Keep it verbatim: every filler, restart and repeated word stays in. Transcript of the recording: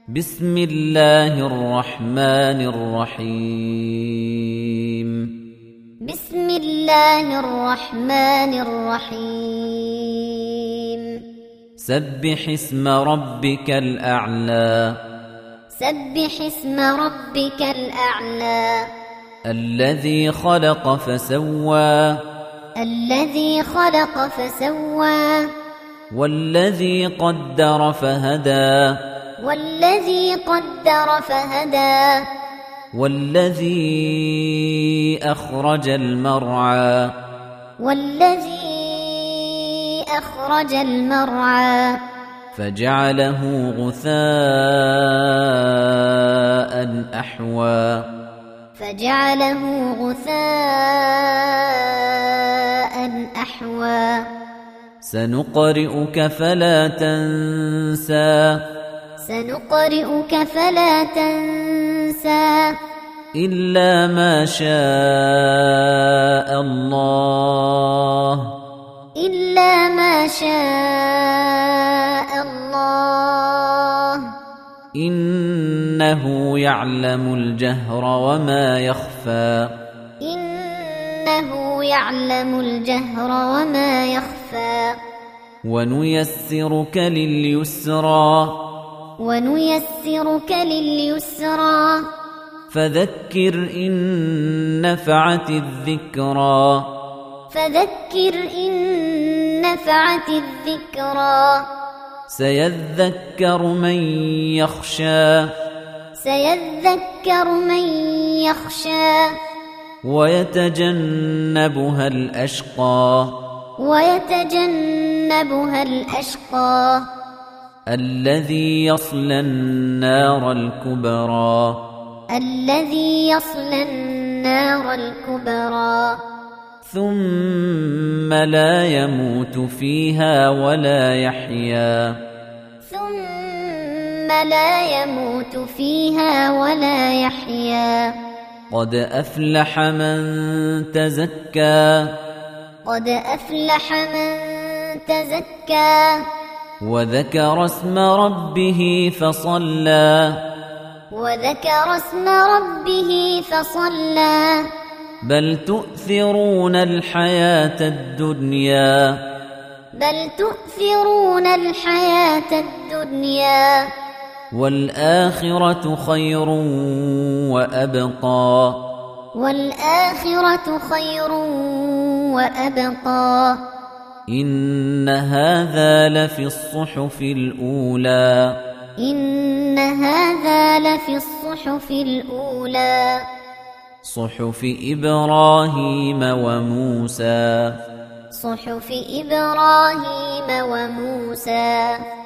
بسم الله الرحمن الرحيم بسم الله الرحمن الرحيم سبح اسم ربك الأعلى سبح اسم ربك الأعلى الذي خلق فسوى الذي خلق فسوى والذي قدر فهدى والذي قدر فهدى والذي أخرج المرعى والذي أخرج المرعى فجعله غثاء أحوى فجعله غثاء أحوى سنقرئك فلا تنسى سنقرئك فلا تنسى إلا ما شاء الله إلا ما شاء الله إنه يعلم الجهر وما يخفى إنه يعلم الجهر وما يخفى ونيسرك لليسرى ونيسرك لليسرى فذكر إن نفعت الذكرى فذكر إن نفعت الذكرى سيذكر من يخشى سيذكر من يخشى ويتجنبها الأشقى ويتجنبها الأشقى الذي يصلى النار الكبرى الذي يصلى النار الكبرى ثم لا يموت فيها ولا يحيا ثم لا يموت فيها ولا يحيا قد أفلح من تزكى قد أفلح من تزكى وذكر اسم ربه فصلى وذكر اسم ربه فصلى بل تؤثرون الحياة الدنيا بل تؤثرون الحياة الدنيا والآخرة خير وأبقى والآخرة خير وأبقى إن هذا لفي الصحف الأولى إن هذا لفي الصحف الأولى صحف إبراهيم وموسى صحف إبراهيم وموسى